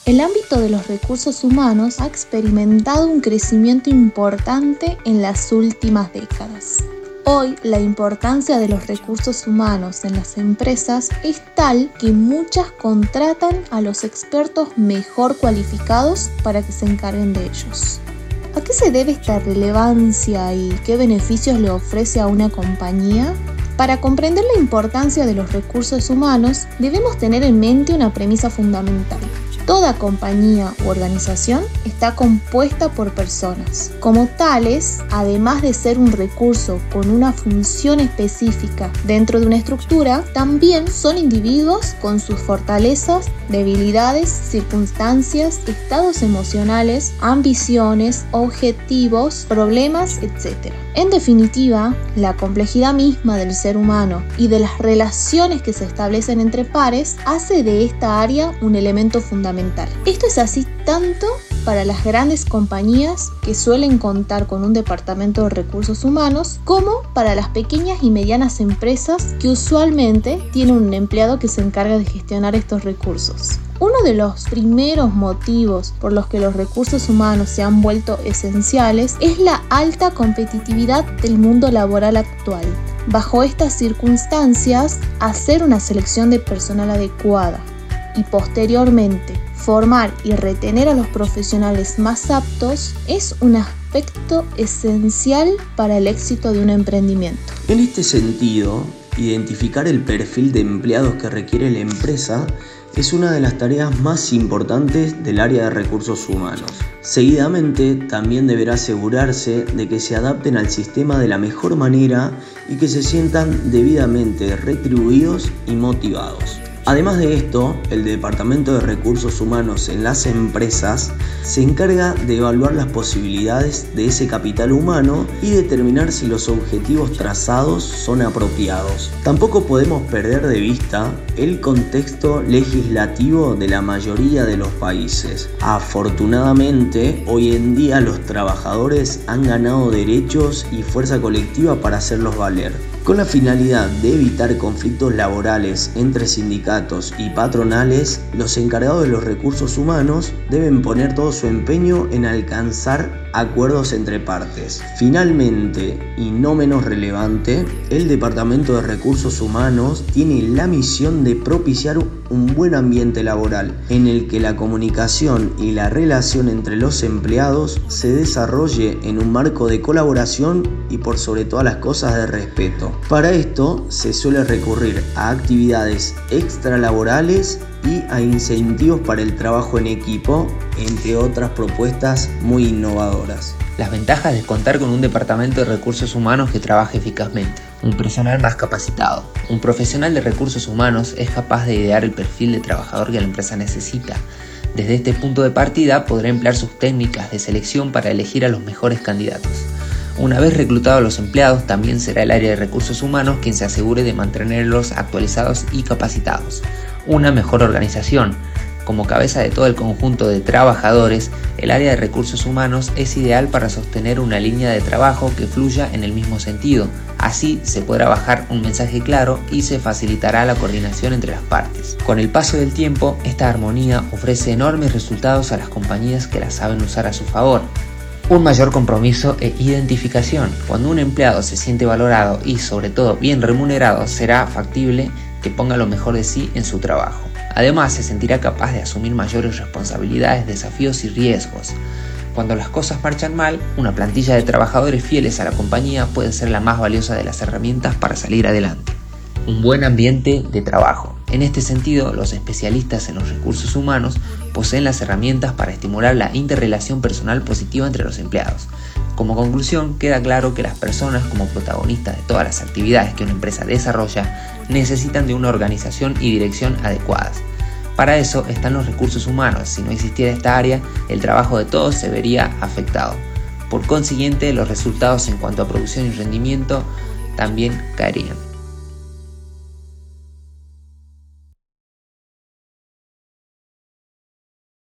El ámbito de los recursos humanos ha experimentado un crecimiento importante en las últimas décadas. Hoy, la importancia de los recursos humanos en las empresas es tal que muchas contratan a los expertos mejor cualificados para que se encarguen de ellos. ¿A qué se debe esta relevancia y qué beneficios le ofrece a una compañía? Para comprender la importancia de los recursos humanos, debemos tener en mente una premisa fundamental. Toda compañía u organización está compuesta por personas. Como tales, además de ser un recurso con una función específica dentro de una estructura, también son individuos con sus fortalezas, debilidades, circunstancias, estados emocionales, ambiciones, objetivos, problemas, etc. En definitiva, la complejidad misma del ser humano y de las relaciones que se establecen entre pares hace de esta área un elemento fundamental. Esto es así tanto para las grandes compañías que suelen contar con un departamento de recursos humanos, como para las pequeñas y medianas empresas que usualmente tienen un empleado que se encarga de gestionar estos recursos. Uno de los primeros motivos por los que los recursos humanos se han vuelto esenciales es la alta competitividad del mundo laboral actual. Bajo estas circunstancias, hacer una selección de personal adecuada y posteriormente formar y retener a los profesionales más aptos es un aspecto esencial para el éxito de un emprendimiento. En este sentido, identificar el perfil de empleados que requiere la empresa es una de las tareas más importantes del área de recursos humanos. Seguidamente, también deberá asegurarse de que se adapten al sistema de la mejor manera y que se sientan debidamente retribuidos y motivados. Además de esto, el Departamento de Recursos Humanos en las empresas se encarga de evaluar las posibilidades de ese capital humano y determinar si los objetivos trazados son apropiados. Tampoco podemos perder de vista el contexto legislativo de la mayoría de los países. Afortunadamente, hoy en día los trabajadores han ganado derechos y fuerza colectiva para hacerlos valer. Con la finalidad de evitar conflictos laborales entre sindicatos y patronales, los encargados de los recursos humanos deben poner todo su empeño en alcanzar acuerdos entre partes. Finalmente, y no menos relevante, el Departamento de Recursos Humanos tiene la misión de propiciar un buen ambiente laboral en el que la comunicación y la relación entre los empleados se desarrolle en un marco de colaboración y por sobre todas las cosas de respeto. Para esto se suele recurrir a actividades extralaborales y a incentivos para el trabajo en equipo, entre otras propuestas muy innovadoras. Las ventajas de contar con un departamento de recursos humanos que trabaje eficazmente. Un personal más capacitado. Un profesional de recursos humanos es capaz de idear el perfil de trabajador que la empresa necesita. Desde este punto de partida podrá emplear sus técnicas de selección para elegir a los mejores candidatos. Una vez reclutados los empleados, también será el área de recursos humanos quien se asegure de mantenerlos actualizados y capacitados. Una mejor organización. Como cabeza de todo el conjunto de trabajadores, el área de recursos humanos es ideal para sostener una línea de trabajo que fluya en el mismo sentido. Así se podrá bajar un mensaje claro y se facilitará la coordinación entre las partes. Con el paso del tiempo, esta armonía ofrece enormes resultados a las compañías que la saben usar a su favor. Un mayor compromiso e identificación. Cuando un empleado se siente valorado y sobre todo bien remunerado, será factible que ponga lo mejor de sí en su trabajo. Además, se sentirá capaz de asumir mayores responsabilidades, desafíos y riesgos. Cuando las cosas marchan mal, una plantilla de trabajadores fieles a la compañía puede ser la más valiosa de las herramientas para salir adelante. Un buen ambiente de trabajo. En este sentido, los especialistas en los recursos humanos poseen las herramientas para estimular la interrelación personal positiva entre los empleados. Como conclusión, queda claro que las personas, como protagonistas de todas las actividades que una empresa desarrolla, necesitan de una organización y dirección adecuadas. Para eso están los recursos humanos. Si no existiera esta área, el trabajo de todos se vería afectado. Por consiguiente, los resultados en cuanto a producción y rendimiento también caerían.